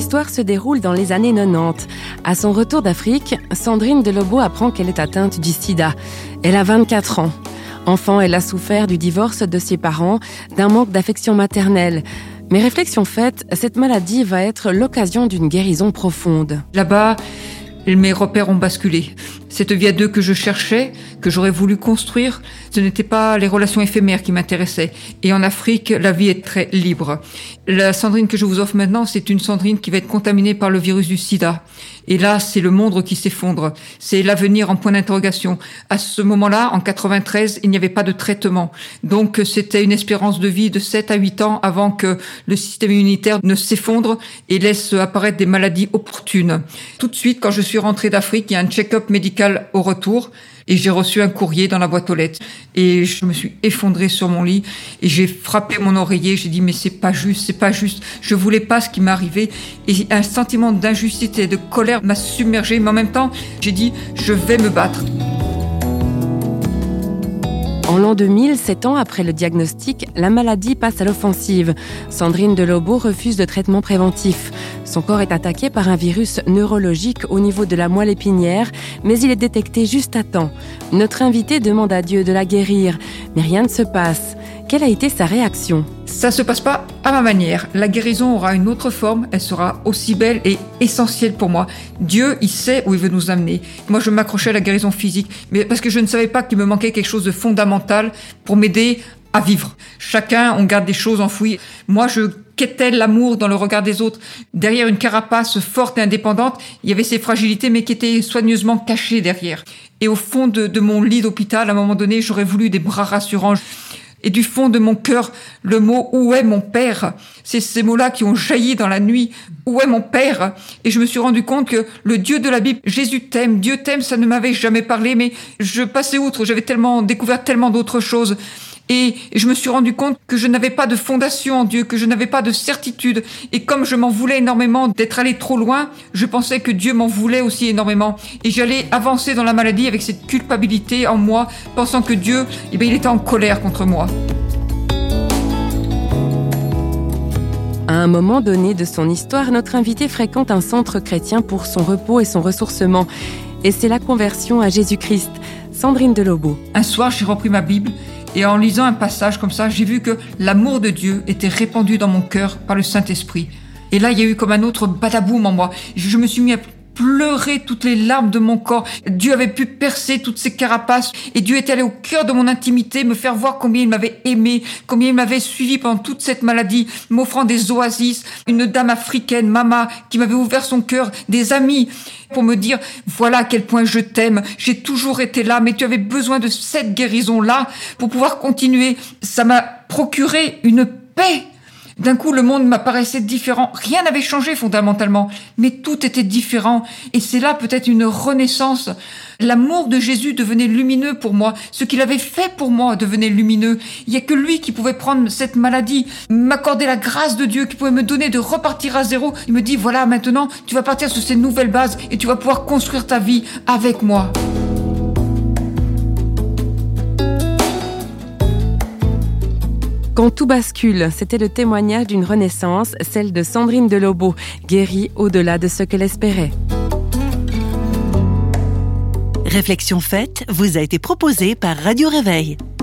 L'histoire se déroule dans les années 90. À son retour d'Afrique, Sandrine Delobo apprend qu'elle est atteinte du sida. Elle a 24 ans. Enfant, elle a souffert du divorce de ses parents, d'un manque d'affection maternelle. Mais réflexion faite, cette maladie va être l'occasion d'une guérison profonde. Là-bas, mes repères ont basculé. Cette vie à deux que je cherchais, que j'aurais voulu construire, ce n'étaient pas les relations éphémères qui m'intéressaient. Et en Afrique, la vie est très libre. La Sandrine que je vous offre maintenant, c'est une Sandrine qui va être contaminée par le virus du sida. Et là, c'est le monde qui s'effondre. C'est l'avenir en point d'interrogation. À ce moment-là, en 93, il n'y avait pas de traitement. Donc, c'était une espérance de vie de 7 à 8 ans avant que le système immunitaire ne s'effondre et laisse apparaître des maladies opportunes. Tout de suite, quand je suis rentrée d'Afrique, il y a un check-up médical au retour et j'ai reçu un courrier dans la boîte aux lettres et je me suis effondrée sur mon lit et j'ai frappé mon oreiller. J'ai dit mais c'est pas juste. Je voulais pas ce qui m'est arrivé et un sentiment d'injustice et de colère m'a submergée, mais en même temps j'ai dit je vais me battre. En l'an 2000, 7 ans après le diagnostic, la maladie passe à l'offensive. Sandrine Delobo refuse de traitement préventif. Son corps est attaqué par un virus neurologique au niveau de la moelle épinière, mais il est détecté juste à temps. Notre invité demande à Dieu de la guérir, mais rien ne se passe. Quelle a été sa réaction ? Ça se passe pas à ma manière. La guérison aura une autre forme. Elle sera aussi belle et essentielle pour moi. Dieu, il sait où il veut nous amener. Moi, je m'accrochais à la guérison physique, mais parce que je ne savais pas qu'il me manquait quelque chose de fondamental pour m'aider à vivre. Chacun, on garde des choses enfouies. Moi, je quêtais l'amour dans le regard des autres. Derrière une carapace forte et indépendante, il y avait ces fragilités, mais qui étaient soigneusement cachées derrière. Et au fond de mon lit d'hôpital, à un moment donné, j'aurais voulu des bras rassurants. Et du fond de mon cœur, le mot « Où est mon père ?» C'est ces mots-là qui ont jailli dans la nuit. « Où est mon père ?» Et je me suis rendu compte que le Dieu de la Bible, Jésus t'aime, Dieu t'aime, ça ne m'avait jamais parlé, mais je passais outre, j'avais découvert tellement d'autres choses. Et je me suis rendu compte que je n'avais pas de fondation en Dieu, que je n'avais pas de certitude. Et comme je m'en voulais énormément d'être allé trop loin, je pensais que Dieu m'en voulait aussi énormément. Et j'allais avancer dans la maladie avec cette culpabilité en moi, pensant que Dieu, il était en colère contre moi. À un moment donné de son histoire, notre invité fréquente un centre chrétien pour son repos et son ressourcement. Et c'est la conversion à Jésus-Christ. Sandrine Delobo. Un soir, j'ai repris ma Bible. Et en lisant un passage comme ça, j'ai vu que l'amour de Dieu était répandu dans mon cœur par le Saint-Esprit. Et là, il y a eu comme un autre badaboum en moi. Je me suis mis à pleurer toutes les larmes de mon corps. Dieu avait pu percer toutes ces carapaces et Dieu était allé au cœur de mon intimité, me faire voir combien il m'avait aimé, combien il m'avait suivi pendant toute cette maladie, m'offrant des oasis, une dame africaine, Mama, qui m'avait ouvert son cœur, des amis pour me dire voilà à quel point je t'aime, j'ai toujours été là, mais tu avais besoin de cette guérison-là pour pouvoir continuer. Ça m'a procuré une paix. D'un coup, le monde m'apparaissait différent. Rien n'avait changé fondamentalement, mais tout était différent. Et c'est là peut-être une renaissance. L'amour de Jésus devenait lumineux pour moi. Ce qu'il avait fait pour moi devenait lumineux. Il n'y a que lui qui pouvait prendre cette maladie, m'accorder la grâce de Dieu, qui pouvait me donner de repartir à zéro. Il me dit, voilà, maintenant, tu vas partir sur ces nouvelles bases et tu vas pouvoir construire ta vie avec moi. Quand tout bascule, c'était le témoignage d'une renaissance, celle de Sandrine Delobo, guérie au-delà de ce qu'elle espérait. Réflexion faite vous a été proposée par Radio Réveil.